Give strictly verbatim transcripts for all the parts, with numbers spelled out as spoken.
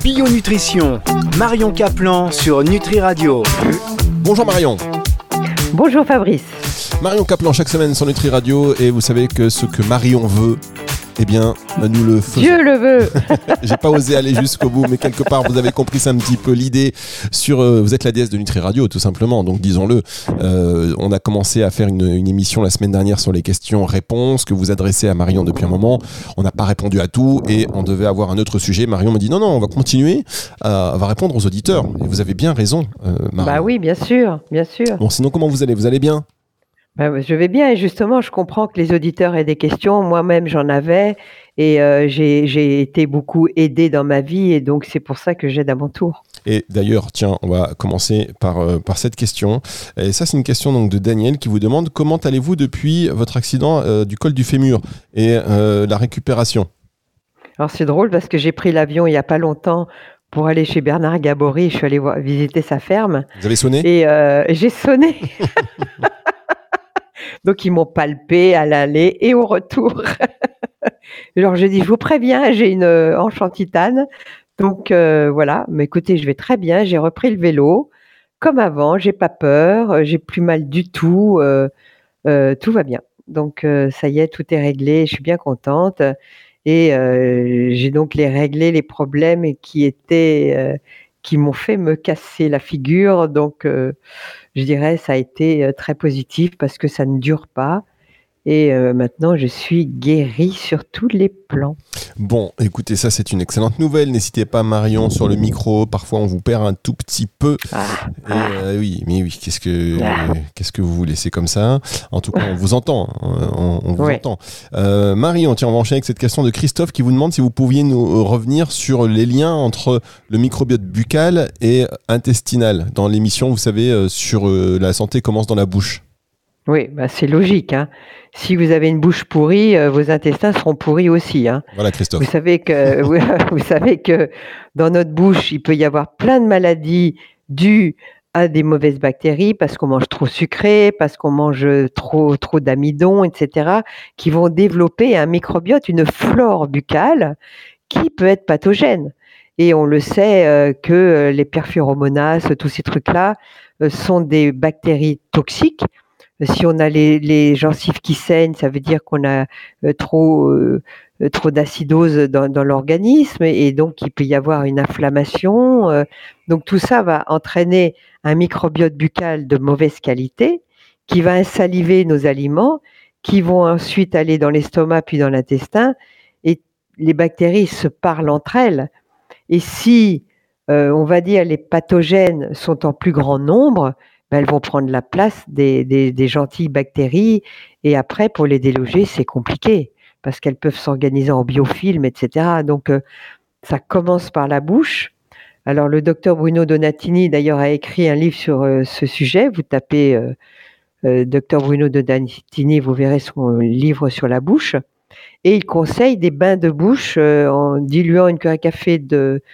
Bio Nutrition, Marion Caplan sur Nutri Radio. Bonjour Marion. Bonjour Fabrice. Marion Caplan chaque semaine sur Nutri Radio, et vous savez que ce que Marion veut, eh bien, nous le faisons. Dieu le veut. J'ai pas osé aller jusqu'au bout, mais quelque part, vous avez compris ça un petit peu l'idée sur. Euh, vous êtes la déesse de Nutri Radio, tout simplement. Donc, disons-le. Euh, on a commencé à faire une, une émission la semaine dernière sur les questions-réponses que vous adressez à Marion depuis un moment. On n'a pas répondu à tout et on devait avoir un autre sujet. Marion m'a dit non, non, on va continuer. À, on va répondre aux auditeurs. Et vous avez bien raison, euh, Marion. Bah oui, bien sûr, bien sûr. Bon, sinon, comment vous allez ? Vous allez bien ? Bah, je vais bien et justement, je comprends que les auditeurs aient des questions. Moi-même, j'en avais et euh, j'ai, j'ai été beaucoup aidée dans ma vie et donc c'est pour ça que j'aide à mon tour. Et d'ailleurs, tiens, on va commencer par, euh, par cette question. Et ça, c'est une question donc, de Daniel qui vous demande comment allez-vous depuis votre accident euh, du col du fémur et euh, la récupération ? Alors c'est drôle parce que j'ai pris l'avion il n'y a pas longtemps pour aller chez Bernard Gabory. Je suis allée voir, visiter sa ferme. Vous avez sonné ? Et euh, j'ai sonné. Donc, ils m'ont palpé à l'aller et au retour. Alors, je dis, je vous préviens, j'ai une euh, hanche en titane. Donc, euh, voilà. Mais écoutez, je vais très bien. J'ai repris le vélo comme avant. J'ai pas peur. J'ai plus mal du tout. Euh, euh, tout va bien. Donc, euh, ça y est, tout est réglé. Je suis bien contente. Et euh, j'ai donc les réglé les problèmes qui étaient... Euh, qui m'ont fait me casser la figure. Donc, euh, je dirais, ça a été très positif parce que ça ne dure pas. Et euh, maintenant, je suis guérie sur tous les plans. Bon, écoutez, ça, c'est une excellente nouvelle. N'hésitez pas, Marion, sur le micro. Parfois, on vous perd un tout petit peu. Ah, Et, euh, oui, mais oui, qu'est-ce que, ah. euh, qu'est-ce que vous voulez ? C'est comme ça. En tout cas, on vous entend. Hein, on, on vous Oui. entend. Euh, Marion, tiens, on va enchaîner avec cette question de Christophe qui vous demande si vous pouviez nous revenir sur les liens entre le microbiote buccal et intestinal. Dans l'émission, vous savez, euh, sur euh, la santé commence dans la bouche. Oui, bah c'est logique. Hein. Si vous avez une bouche pourrie, euh, vos intestins seront pourris aussi. Hein. Voilà, Christophe. Vous savez que, vous, vous savez que dans notre bouche, il peut y avoir plein de maladies dues à des mauvaises bactéries parce qu'on mange trop sucré, parce qu'on mange trop, trop d'amidon, et cetera, qui vont développer un microbiote, une flore buccale qui peut être pathogène. Et on le sait euh, que les perfluoromonas, tous ces trucs-là, euh, sont des bactéries toxiques. Si on a les, les gencives qui saignent, ça veut dire qu'on a euh, trop, euh, trop d'acidose dans, dans l'organisme et donc il peut y avoir une inflammation. Euh, donc tout ça va entraîner un microbiote buccal de mauvaise qualité qui va insaliver nos aliments, qui vont ensuite aller dans l'estomac puis dans l'intestin et les bactéries se parlent entre elles. Et si, euh, on va dire, les pathogènes sont en plus grand nombre, elles vont prendre la place des, des, des gentilles bactéries et après, pour les déloger, c'est compliqué parce qu'elles peuvent s'organiser en biofilm, et cetera. Donc, euh, ça commence par la bouche. Alors, le docteur Bruno Donatini, d'ailleurs, a écrit un livre sur euh, ce sujet. Vous tapez euh, euh, docteur Bruno Donatini, vous verrez son livre sur la bouche. Et il conseille des bains de bouche euh, en diluant une cuillère à café de,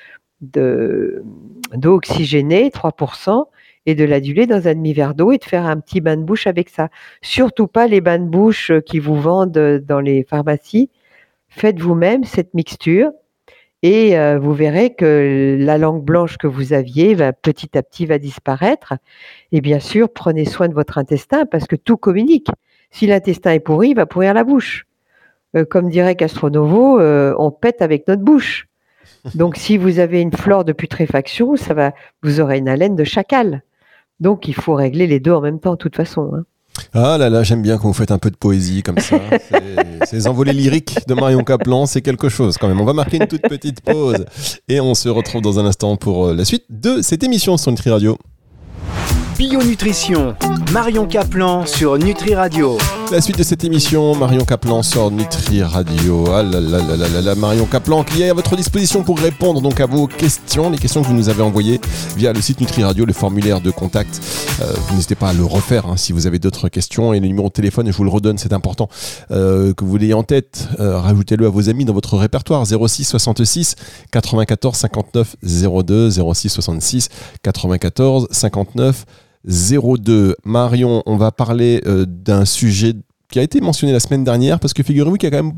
de, d'eau oxygénée, trois pour cent, et de la diluer dans un demi-verre d'eau et de faire un petit bain de bouche avec ça. Surtout pas les bains de bouche qui vous vendent dans les pharmacies. Faites vous-même cette mixture et euh, vous verrez que la langue blanche que vous aviez va, petit à petit va disparaître. Et bien sûr, prenez soin de votre intestin parce que tout communique. Si l'intestin est pourri, il va pourrir la bouche. Euh, comme dirait Castronovo, euh, on pète avec notre bouche. Donc si vous avez une flore de putréfaction, ça va, vous aurez une haleine de chacal. Donc, il faut régler les deux en même temps, de toute façon. Hein. Ah là là, j'aime bien quand vous faites un peu de poésie comme ça. C'est, ces envolées lyriques de Marion Caplan, c'est quelque chose quand même. On va marquer une toute petite pause et on se retrouve dans un instant pour la suite de cette émission sur Nutri Radio. Bio Nutrition, Marion Caplan sur Nutri Radio. La suite de cette émission, Marion Caplan sur Nutri Radio. Ah là là là là là là, Marion Caplan qui est à votre disposition pour répondre donc à vos questions, les questions que vous nous avez envoyées via le site Nutri Radio, le formulaire de contact. Euh, vous n'hésitez pas à le refaire hein, si vous avez d'autres questions et le numéro de téléphone, je vous le redonne, c'est important euh, que vous l'ayez en tête. Euh, rajoutez-le à vos amis dans votre répertoire. zéro six soixante-six quatre-vingt-quatorze cinquante-neuf zéro deux, zéro six soixante-six quatre-vingt-quatorze cinquante-neuf zéro deux. Marion, on va parler euh, d'un sujet qui a été mentionné la semaine dernière parce que figurez-vous qu'il y a quand même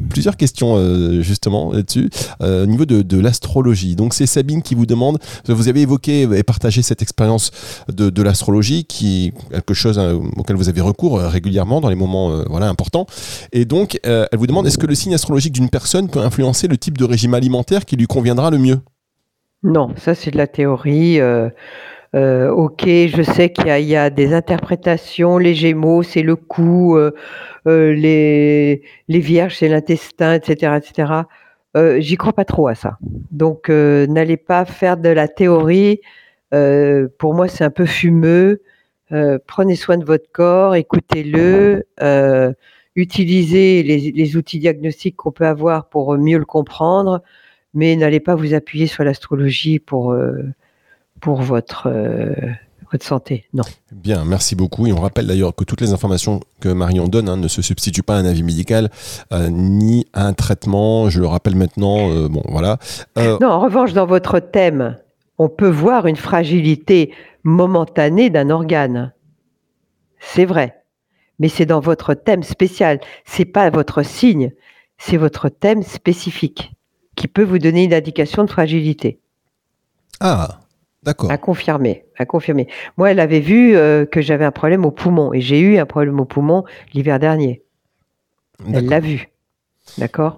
plusieurs questions euh, justement là-dessus, euh, au niveau de, de l'astrologie. Donc c'est Sabine qui vous demande, vous avez évoqué et partagé cette expérience de, de l'astrologie, qui est quelque chose hein, auquel vous avez recours euh, régulièrement dans les moments euh, voilà, importants. Et donc euh, elle vous demande, est-ce que le signe astrologique d'une personne peut influencer le type de régime alimentaire qui lui conviendra le mieux ? Non, ça c'est de la théorie. Euh, euh, ok, je sais qu'il y a, il y a des interprétations. Les Gémeaux, c'est le cou. Euh, euh, les, les Vierges, c'est l'intestin, et cetera, et cetera. Euh, j'y crois pas trop à ça. Donc, euh, n'allez pas faire de la théorie. Euh, pour moi, c'est un peu fumeux. Euh, prenez soin de votre corps, écoutez-le, euh, utilisez les, les outils diagnostiques qu'on peut avoir pour mieux le comprendre. Mais n'allez pas vous appuyer sur l'astrologie pour, euh, pour votre, euh, votre santé. Non. Bien, merci beaucoup. Et on rappelle d'ailleurs que toutes les informations que Marion donne hein, ne se substituent pas à un avis médical euh, ni à un traitement. Je le rappelle maintenant. Euh, bon, voilà. Euh... Non, en revanche, dans votre thème, on peut voir une fragilité momentanée d'un organe. C'est vrai. Mais c'est dans votre thème spécial. C'est pas votre signe. C'est votre thème spécifique qui peut vous donner une indication de fragilité. Ah, d'accord. À confirmer, à confirmer. Moi, elle avait vu euh, que j'avais un problème au poumon et j'ai eu un problème au poumon l'hiver dernier. D'accord. Elle l'a vu, d'accord ?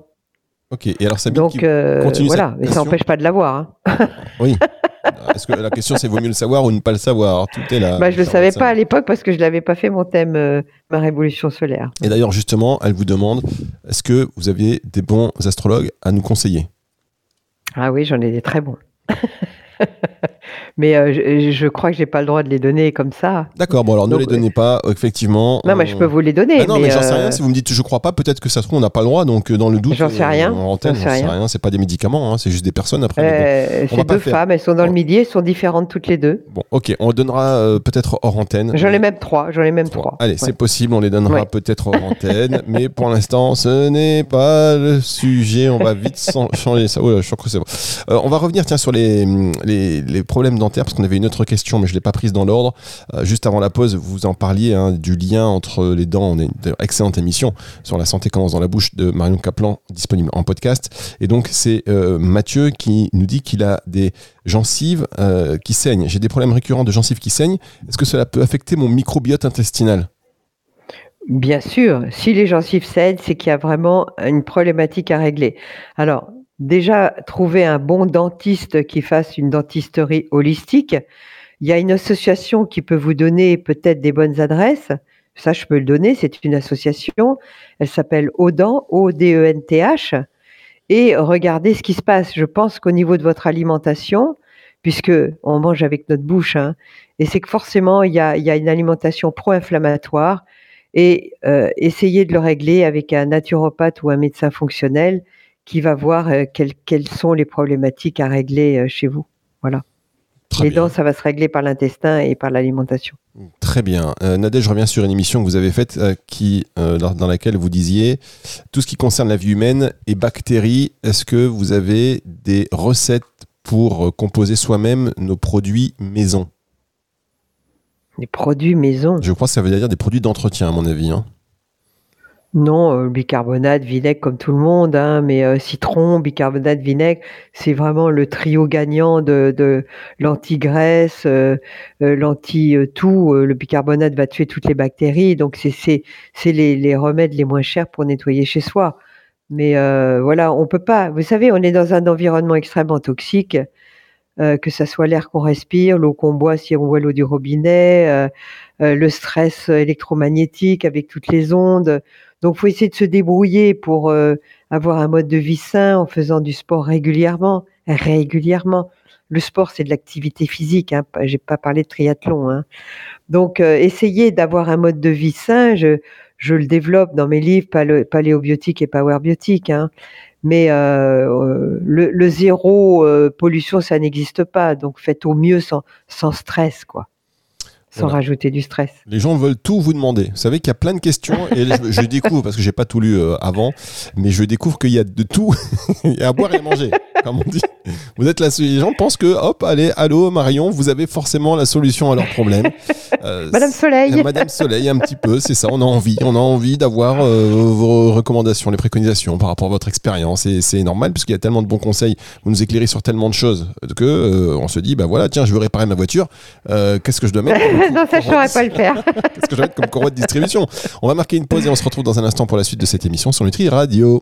Ok. Et alors Sabine, donc euh, continue voilà, mais ça n'empêche pas de l'avoir. Hein. Oui. Est-ce que la question c'est vaut mieux le savoir ou ne pas le savoir ? Tout est là. Bah, je ne le savais pas à l'époque parce que je l'avais pas fait mon thème euh, ma révolution solaire. Et d'ailleurs justement, elle vous demande, est-ce que vous aviez des bons astrologues à nous conseiller ? Ah oui, j'en ai des très bons. Mais euh, je, je crois que j'ai pas le droit de les donner comme ça. D'accord, bon alors Donc, ne les donnez pas, effectivement. Non, on... mais je peux vous les donner. Ah non, mais, mais j'en sais euh... rien. Si vous me dites je crois pas, peut-être que ça se trouve on n'a pas le droit. Donc dans le doute, j'en sais rien. En antenne, j'en sais rien. rien. C'est pas des médicaments, hein, c'est juste des personnes après. Euh, bon, c'est deux femmes, elles sont dans bon. le midi, elles sont différentes toutes les deux. Bon, ok, on donnera euh, peut-être hors antenne. J'en ai même trois. J'en ai même trois. Allez, ouais. C'est possible, on les donnera ouais. peut-être hors antenne, mais pour l'instant, ce n'est pas le sujet. On va vite changer ça. Oh là, je crois que c'est bon. Euh, on va revenir tiens sur les les, les problèmes dentaires parce qu'on avait une autre question, mais je l'ai pas prise dans l'ordre. Euh, juste avant la pause, vous en parliez hein, du lien entre les dents. On a une excellente émission sur la santé commence dans la bouche de Marion Kaplan, disponible en podcast. Et donc c'est euh, Mathieu qui nous dit qu'il a des gencives euh, qui saignent. J'ai des problèmes récurrents de gencives qui saignent. Est-ce que cela peut affecter mon microbiote intestinal ? Bien sûr. Si les gencives saignent, c'est qu'il y a vraiment une problématique à régler. Alors, déjà, trouver un bon dentiste qui fasse une dentisterie holistique. Il y a une association qui peut vous donner peut-être des bonnes adresses. Ça, je peux le donner. C'est une association. Elle s'appelle Odent, O D E N T H. Et regardez ce qui se passe. Je pense qu'au niveau de votre alimentation, puisque on mange avec notre bouche, hein, et c'est que forcément, il y a, il y a une alimentation pro-inflammatoire. Et euh, essayez de le régler avec un naturopathe ou un médecin fonctionnel qui va voir euh, quelles, quelles sont les problématiques à régler euh, chez vous. Voilà. Très les bien. dents, ça va se régler par l'intestin et par l'alimentation. Très bien. Euh, Nadège, je reviens sur une émission que vous avez faite euh, qui, euh, dans, dans laquelle vous disiez tout ce qui concerne la vie humaine et bactéries. Est-ce que vous avez des recettes pour euh, composer soi-même nos produits maison ? Des produits maison ? Je crois que ça veut dire des produits d'entretien, à mon avis. Hein. Non, euh, bicarbonate, vinaigre comme tout le monde, hein, mais euh, citron, bicarbonate, vinaigre, c'est vraiment le trio gagnant de, de l'anti-graisse, euh, euh, l'anti-tout. Euh, le bicarbonate va tuer toutes les bactéries, donc c'est, c'est, c'est les, les remèdes les moins chers pour nettoyer chez soi. Mais euh, voilà, on peut pas. Vous savez, on est dans un environnement extrêmement toxique, euh, que ça soit l'air qu'on respire, l'eau qu'on boit si on boit l'eau du robinet, euh, euh, le stress électromagnétique avec toutes les ondes. Donc, il faut essayer de se débrouiller pour euh, avoir un mode de vie sain en faisant du sport régulièrement. Régulièrement. Le sport, c'est de l'activité physique. Hein. Je n'ai pas parlé de triathlon. Hein. Donc, euh, essayez d'avoir un mode de vie sain. Je, je le développe dans mes livres palé- Paléobiotique et Powerbiotique. Hein. Mais euh, le, le zéro euh, pollution, ça n'existe pas. Donc, faites au mieux sans, sans stress, quoi. Sans voilà. rajouter du stress. Les gens veulent tout vous demander. Vous savez qu'il y a plein de questions et je, je découvre, parce que j'ai pas tout lu euh, avant, mais je découvre qu'il y a de tout. Il y a à boire et à manger, comme on dit. Vous êtes là, les gens pensent que, hop, allez, allô Marion, vous avez forcément la solution à leurs problèmes. Euh, Madame Soleil. Madame Soleil, un petit peu, c'est ça. On a envie, on a envie d'avoir euh, vos recommandations, les préconisations par rapport à votre expérience. Et c'est normal puisqu'il y a tellement de bons conseils. Vous nous éclairez sur tellement de choses que euh, on se dit, bah voilà, tiens, je veux réparer ma voiture. Euh, qu'est-ce que je dois mettre Non, ça, je ne saurais pas le faire. Qu'est-ce que je dois mettre comme courroie de distribution? On va marquer une pause et on se retrouve dans un instant pour la suite de cette émission sur Nutri Radio.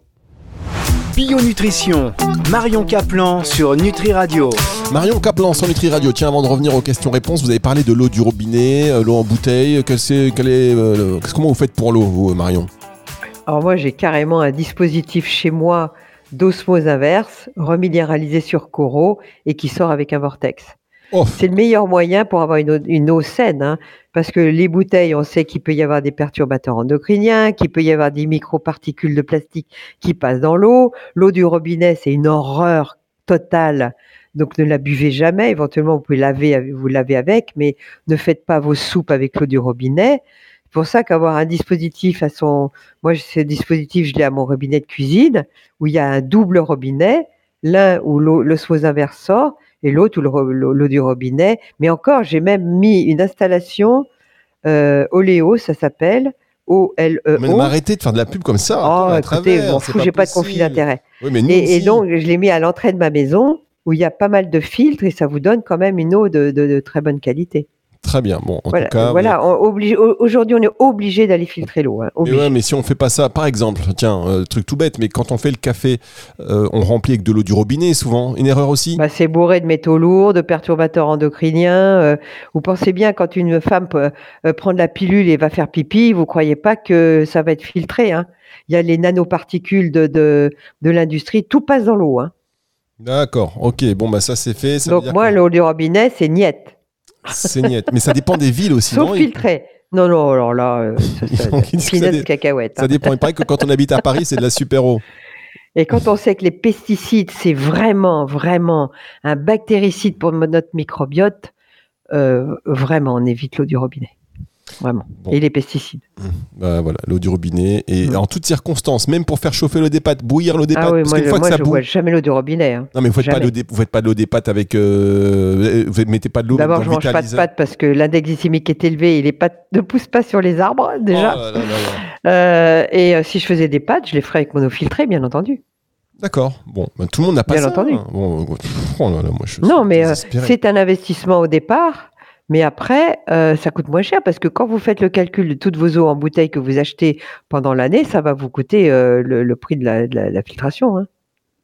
Bio Nutrition, Marion Caplan sur Nutri Radio. Marion Caplan sur Nutri Radio. Tiens, avant de revenir aux questions-réponses, vous avez parlé de l'eau du robinet, euh, l'eau en bouteille. Quel c'est, quel est, euh, comment vous faites pour l'eau, vous, Marion? Alors moi, j'ai carrément un dispositif chez moi d'osmose inverse, reminéralisé sur coraux et qui sort avec un vortex. Oh. C'est le meilleur moyen pour avoir une eau, une eau saine, hein, parce que les bouteilles, on sait qu'il peut y avoir des perturbateurs endocriniens, qu'il peut y avoir des microparticules de plastique qui passent dans l'eau. L'eau du robinet, c'est une horreur totale, donc ne la buvez jamais. Éventuellement, vous pouvez laver, vous laver avec, mais ne faites pas vos soupes avec l'eau du robinet. C'est pour ça qu'avoir un dispositif à son... Moi, ce dispositif, je l'ai à mon robinet de cuisine, où il y a un double robinet, l'un où l'eau, l'osmose inverse sort, et l'autre, l'eau, l'eau du robinet. Mais encore, j'ai même mis une installation euh, Oléo, ça s'appelle, O L E O. Mais arrêtez de faire de la pub comme ça. Oh, à écoutez, travers, m'en fous, j'ai pas de conflit d'intérêt. Oui, mais nous et, aussi. et donc, je l'ai mis à l'entrée de ma maison, où il y a pas mal de filtres, et ça vous donne quand même une eau de, de, de très bonne qualité. Très bien. Bon, en Voilà, tout cas. voilà, mais... on oblige, aujourd'hui, on est obligé d'aller filtrer l'eau. Hein, mais, ouais, mais si on fait pas ça, par exemple, tiens, euh, truc tout bête, mais quand on fait le café, euh, on remplit avec de l'eau du robinet, souvent. Une erreur aussi. Bah, c'est bourré de métaux lourds, de perturbateurs endocriniens. Euh, vous pensez bien, quand une femme peut, euh, prend de la pilule et va faire pipi, vous croyez pas que ça va être filtré, hein. Il y a les nanoparticules de, de, de l'industrie, tout passe dans l'eau. Hein. D'accord, ok, bon, bah ça c'est fait. Ça Donc, veut dire moi, que... l'eau du robinet, c'est niette. C'est niette. Mais ça dépend des villes aussi, Sauf non filtré. Non, non, alors là, euh, ça, ça, Donc, ils disent que ça peanuts dé- de cacahuètes. Ça hein. dépend. Il paraît que quand on habite à Paris, c'est de la super eau. Et quand on sait que les pesticides, c'est vraiment, vraiment un bactéricide pour notre microbiote, euh, vraiment, on évite l'eau du robinet. Vraiment. Bon. Et les pesticides. Bah, voilà, l'eau du robinet. Et Mm. en toutes circonstances, même pour faire chauffer l'eau des pâtes, bouillir l'eau des pâtes, Ah oui, parce moi, qu'une je, fois moi, que ça je bout. bois jamais l'eau du robinet. hein. Non, mais vous faites pas Jamais. l'eau des, vous faites pas de l'eau des pâtes avec. Euh, vous mettez pas de l'eau. D'abord, dans je le mange pas de vitaliseur. pâtes parce que l'index glycémique est élevé et les pâtes ne poussent pas sur les arbres, déjà. Oh là là là là. Euh, et euh, si je faisais des pâtes, je les ferais avec mon eau filtrée, bien entendu. D'accord. Bon, bah, tout le monde n'a pas Bien ça. entendu. hein. Bon, oh là là, moi je suis Non, mais euh, désespéré. c'est un investissement au départ. Mais après, euh, ça coûte moins cher parce que quand vous faites le calcul de toutes vos eaux en bouteille que vous achetez pendant l'année, ça va vous coûter euh, le, le prix de la, de la- la filtration. Hein.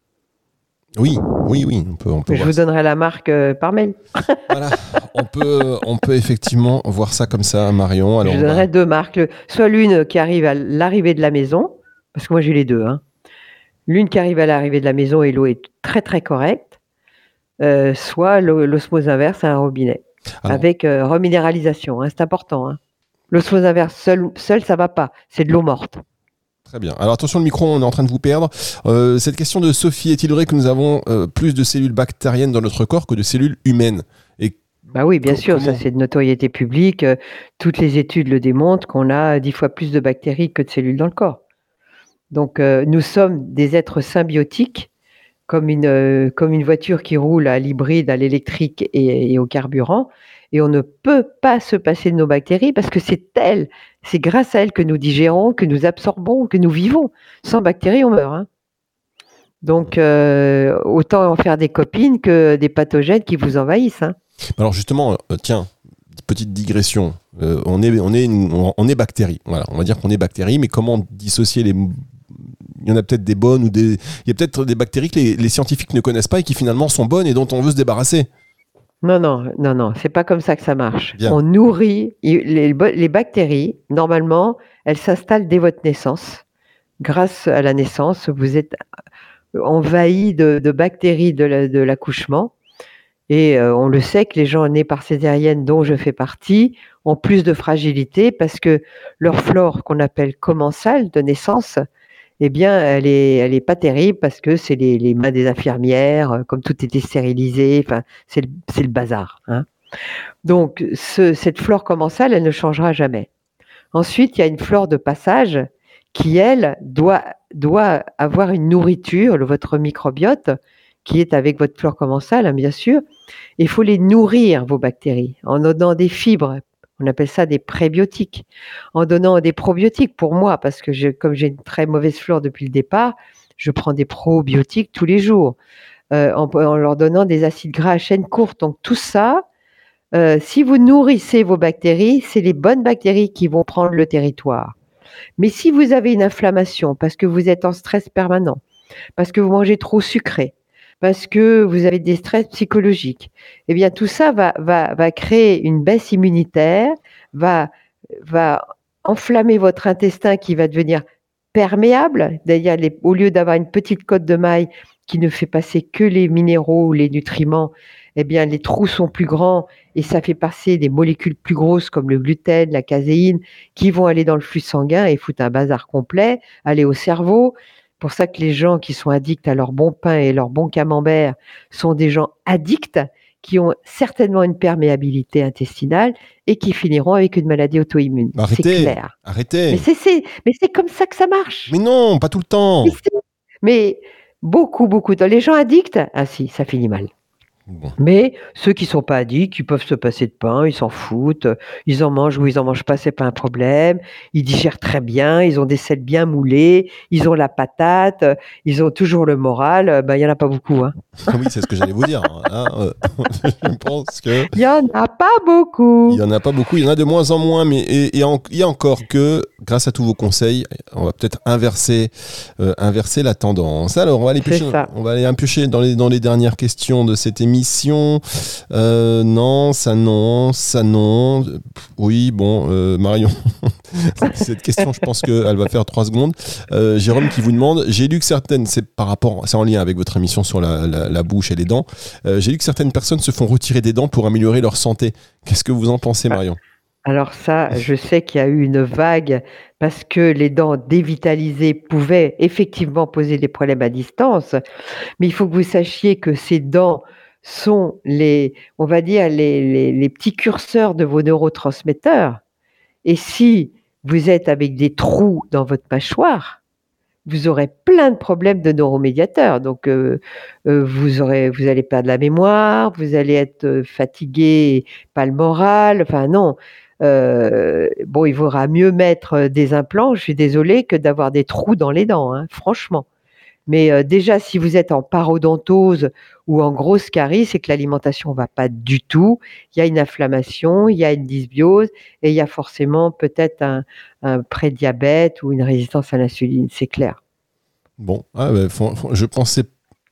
Oui, oui, oui, on peut, on peut Je voir vous ça. donnerai la marque euh, par mail. Voilà, on peut, on peut effectivement voir ça comme ça, Marion. Alors, je on vous va- donnerai deux marques. Le- soit l'une qui arrive à l'arrivée de la maison, parce que moi j'ai les deux. Hein. L'une qui arrive à l'arrivée de la maison et l'eau est très très correcte, euh, soit l'o- l'osmose inverse à un robinet, Alors- avec euh, reminéralisation. Hein, c'est important. Hein. L'osmose inverse seul, seul, ça va pas. C'est de l'eau morte. Très bien. Alors attention, le micro, on est en train de vous perdre. Euh, cette question de Sophie, est-il vrai que nous avons euh, plus de cellules bactériennes dans notre corps que de cellules humaines? Et Bah oui, bien Co- sûr, comment ça c'est de notoriété publique. Euh, Toutes les études le démontrent qu'on a dix fois plus de bactéries que de cellules dans le corps. Donc euh, nous sommes des êtres symbiotiques, comme une, euh, comme une voiture qui roule à l'hybride, à l'électrique et, et au carburant. Et on ne peut pas se passer de nos bactéries parce que c'est elles, c'est grâce à elles que nous digérons, que nous absorbons, que nous vivons. Sans bactéries, on meurt. hein. Donc euh, autant en faire des copines que des pathogènes qui vous envahissent. hein. alors justement, euh, tiens, petite digression. Euh, on est, on est, une- on, on est bactéries. Voilà, on va dire qu'on est bactéries, mais comment dissocier les il y en a peut-être des bonnes ou des. Il y a peut-être des bactéries que les, les scientifiques ne connaissent pas et qui finalement sont bonnes et dont on veut se débarrasser. Non, non, non, non, c'est pas comme ça que ça marche. Bien. On nourrit il- les, bo- les bactéries. Normalement, elles s'installent dès votre naissance. Grâce à la naissance, vous êtes envahi de, de bactéries de la- de l'accouchement. Et euh, on le sait que les gens nés par césarienne, dont je fais partie, ont plus de fragilité parce que leur flore, qu'on appelle commensale de naissance, eh bien, elle est, elle est pas terrible parce que c'est les, les mains des infirmières, euh, comme tout était stérilisé, enfin, c'est le, c'est le bazar. hein. Donc, ce- cette flore commensale, elle ne changera jamais. Ensuite, il y a une flore de passage qui, elle, doit, doit avoir une nourriture, le- votre microbiote, qui est avec votre flore commensale, hein, bien sûr. Il faut les nourrir, vos bactéries, en donnant des fibres. On appelle ça des prébiotiques. En donnant des probiotiques, pour moi, parce que je, comme j'ai une très mauvaise flore depuis le départ, je prends des probiotiques tous les jours, euh, en, en leur donnant des acides gras à chaîne courte. Donc tout ça, euh, si vous nourrissez vos bactéries, c'est les bonnes bactéries qui vont prendre le territoire. Mais si vous avez une inflammation, parce que vous êtes en stress permanent, parce que vous mangez trop sucré, parce que vous avez des stress psychologiques, eh bien tout ça va, va, va créer une baisse immunitaire, va, va enflammer votre intestin qui va devenir perméable. D'ailleurs, les, au lieu d'avoir une petite cotte de maille qui ne fait passer que les minéraux ou les nutriments, eh bien les trous sont plus grands et ça fait passer des molécules plus grosses comme le gluten, la caséine, qui vont aller dans le flux sanguin et foutre un bazar complet, aller au cerveau. C'est pour ça que les gens qui sont addicts à leur bon pain et leur bon camembert sont des gens addicts qui ont certainement une perméabilité intestinale et qui finiront avec une maladie auto-immune. Arrêtez, c'est clair. Arrêtez. Mais c'est, c'est, mais c'est comme ça que ça marche. Mais non, pas tout le temps. Mais, mais beaucoup, beaucoup. Les gens addicts, ah si, ça finit mal. Bon. Mais ceux qui ne sont pas addicts, ils peuvent se passer de pain, ils s'en foutent, ils en mangent ou ils n'en mangent pas, c'est pas un problème, ils digèrent très bien, ils ont des selles bien moulées, ils ont la patate, ils ont toujours le moral, ben, il n'y en a pas beaucoup. Hein. Oui, c'est ce que j'allais vous dire. Hein, euh, je pense que... Il n'y en a pas beaucoup. Il n'y en a pas beaucoup, il y en a de moins en moins, mais et, et en, il y a encore que, grâce à tous vos conseils, on va peut-être inverser, euh, inverser la tendance. Alors, on va aller piocher, on va aller un piocher dans les, dans les dernières questions de cette émission. Mission, euh, non, ça non, ça non. Oui, bon, euh, Marion, cette question, je pense qu'elle va faire trois secondes. Euh, Jérôme qui vous demande, j'ai lu que certaines, c'est par rapport, c'est en lien avec votre émission sur la, la, la bouche et les dents. Euh, j'ai lu que certaines personnes se font retirer des dents pour améliorer leur santé. Qu'est-ce que vous en pensez, Marion ? Alors ça, je sais qu'il y a eu une vague parce que les dents dévitalisées pouvaient effectivement poser des problèmes à distance, mais il faut que vous sachiez que ces dents sont les, on va dire, les, les, les petits curseurs de vos neurotransmetteurs. Et si vous êtes avec des trous dans votre mâchoire, vous aurez plein de problèmes de neuromédiateurs. Donc, euh, euh, vous aurez, vous allez perdre la mémoire, vous allez être fatigué, pas le moral. Enfin, non. Euh, bon, il vaudra mieux mettre des implants, je suis désolée, que d'avoir des trous dans les dents, hein, franchement. Mais euh, déjà, si vous êtes en parodontose ou en grosse carie, c'est que l'alimentation ne va pas du tout. Il y a une inflammation, il y a une dysbiose et il y a forcément peut-être un, un prédiabète ou une résistance à l'insuline, c'est clair. Bon, ah, bah, faut, faut, je pensais...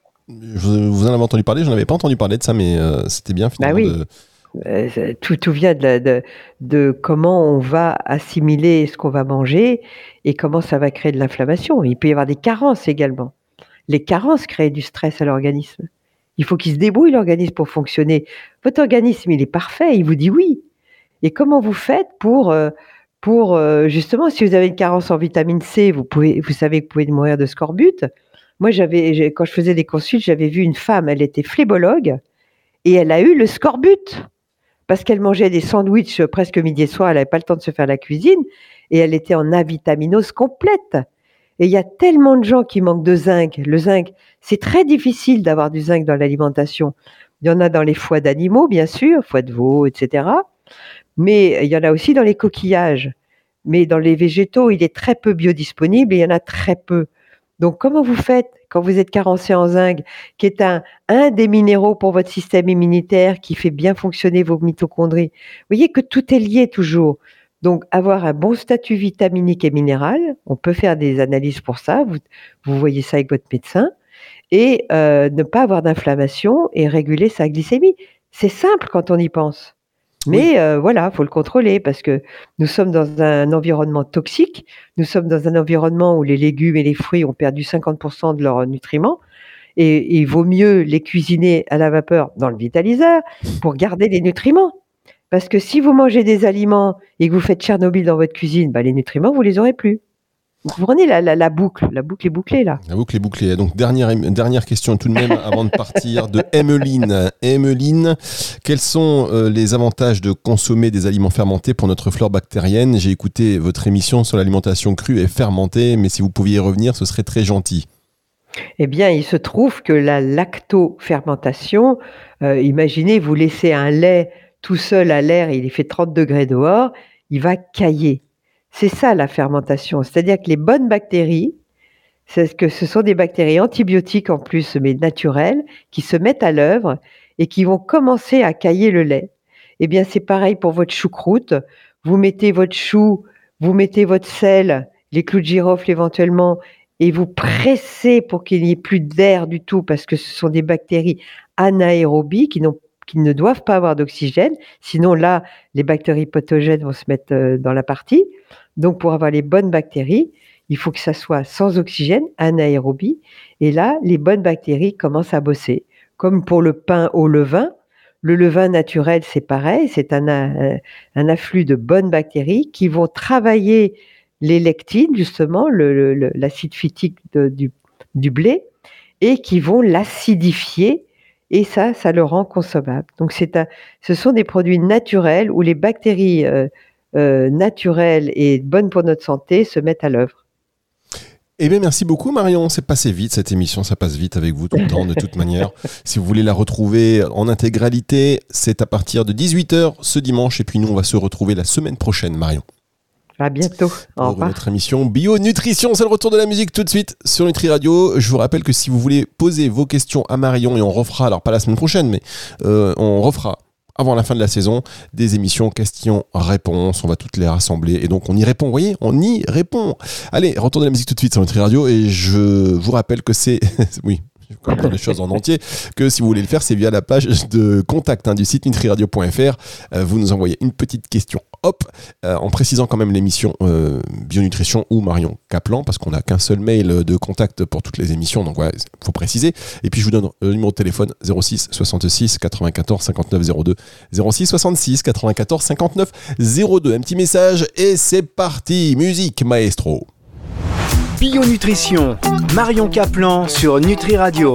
Vous en avez entendu parler, je n'en avais pas entendu parler de ça, mais euh, c'était bien finalement bah oui. de... Euh, tout, tout vient de, de, de comment on va assimiler ce qu'on va manger et comment ça va créer de l'inflammation. Il peut y avoir des carences également. Les carences créent du stress à l'organisme. Il faut qu'il se débrouille, l'organisme, pour fonctionner. Votre organisme, il est parfait, il vous dit oui. Et comment vous faites pour, pour justement, si vous avez une carence en vitamine C, vous, pouvez, vous savez que vous pouvez mourir de scorbut. Moi, j'avais, quand je faisais des consultes, j'avais vu une femme, elle était phlébologue, et elle a eu le scorbut. Parce qu'elle mangeait des sandwichs presque midi et soir, elle n'avait pas le temps de se faire la cuisine, et elle était en avitaminose complète. Et il y a tellement de gens qui manquent de zinc. Le zinc, c'est très difficile d'avoir du zinc dans l'alimentation. Il y en a dans les foies d'animaux, bien sûr, foies de veau, et cetera. Mais il y en a aussi dans les coquillages. Mais dans les végétaux, il est très peu biodisponible et il y en a très peu. Donc, comment vous faites quand vous êtes carencé en zinc, qui est un, un des minéraux pour votre système immunitaire, qui fait bien fonctionner vos mitochondries? Vous voyez que tout est lié toujours. Donc, avoir un bon statut vitaminique et minéral, on peut faire des analyses pour ça, vous, vous voyez ça avec votre médecin, et euh, ne pas avoir d'inflammation et réguler sa glycémie. C'est simple quand on y pense. Mais oui. euh, voilà, il faut le contrôler parce que nous sommes dans un environnement toxique, nous sommes dans un environnement où les légumes et les fruits ont perdu cinquante pour cent de leurs nutriments, et, et il vaut mieux les cuisiner à la vapeur dans le vitaliseur pour garder les nutriments. Parce que si vous mangez des aliments et que vous faites Tchernobyl dans votre cuisine, bah les nutriments, vous les aurez plus. Vous comprenez la, la, la boucle, la boucle est bouclée là. La boucle est bouclée. Donc dernière, dernière question tout de même avant de partir de Emmeline. Emmeline, quels sont euh, les avantages de consommer des aliments fermentés pour notre flore bactérienne? J'ai écouté votre émission sur l'alimentation crue et fermentée, mais si vous pouviez y revenir, ce serait très gentil. Eh bien, il se trouve que la lactofermentation, euh, imaginez, vous laissez un lait tout seul à l'air, il fait trente degrés dehors, il va cailler. C'est ça la fermentation, c'est-à-dire que les bonnes bactéries, c'est que ce sont des bactéries antibiotiques en plus, mais naturelles, qui se mettent à l'œuvre et qui vont commencer à cailler le lait. Eh bien, c'est pareil pour votre choucroute. Vous mettez votre chou, vous mettez votre sel, les clous de girofle éventuellement, et vous pressez pour qu'il n'y ait plus d'air du tout, parce que ce sont des bactéries anaérobies qui, n'ont, qui ne doivent pas avoir d'oxygène. Sinon, là, les bactéries pathogènes vont se mettre dans la partie. Donc, pour avoir les bonnes bactéries, il faut que ça soit sans oxygène, anaérobie. Et là, les bonnes bactéries commencent à bosser. Comme pour le pain au levain. Le levain naturel, c'est pareil. C'est un, un, un afflux de bonnes bactéries qui vont travailler les lectines, justement, le, le, l'acide phytique de, du, du blé, et qui vont l'acidifier, et ça, ça le rend consommable. Donc, c'est un, ce sont des produits naturels où les bactéries euh, euh, naturelles et bonnes pour notre santé se mettent à l'œuvre. Eh bien, merci beaucoup Marion, c'est passé vite cette émission, ça passe vite avec vous tout le temps de toute manière. Si vous voulez la retrouver en intégralité, c'est à partir de dix-huit heures ce dimanche, et puis nous on va se retrouver la semaine prochaine Marion. À bientôt. Au revoir. Pour notre émission Bio Nutrition, c'est le retour de la musique tout de suite sur Nutri Radio. Je vous rappelle que si vous voulez poser vos questions à Marion, et on refera, alors pas la semaine prochaine, mais euh, on refera avant la fin de la saison des émissions questions-réponses, on va toutes les rassembler et donc on y répond, vous voyez, on y répond. Allez, retour de la musique tout de suite sur Nutri Radio, et je vous rappelle que c'est... oui, je vais comprendre les choses en entier, que si vous voulez le faire, c'est via la page de contact hein, du site nutri radio point f r. Euh, vous nous envoyez une petite question, hop, euh, en précisant quand même l'émission euh, Bionutrition ou Marion Kaplan, parce qu'on n'a qu'un seul mail de contact pour toutes les émissions, donc voilà, il faut préciser. Et puis je vous donne le numéro de téléphone zéro six soixante-six quatre-vingt-quatorze cinquante-neuf zéro deux, zéro six soixante-six quatre-vingt-quatorze cinquante-neuf zéro deux. Un petit message et c'est parti, musique maestro. Bionutrition, Marion Kaplan sur Nutri Radio.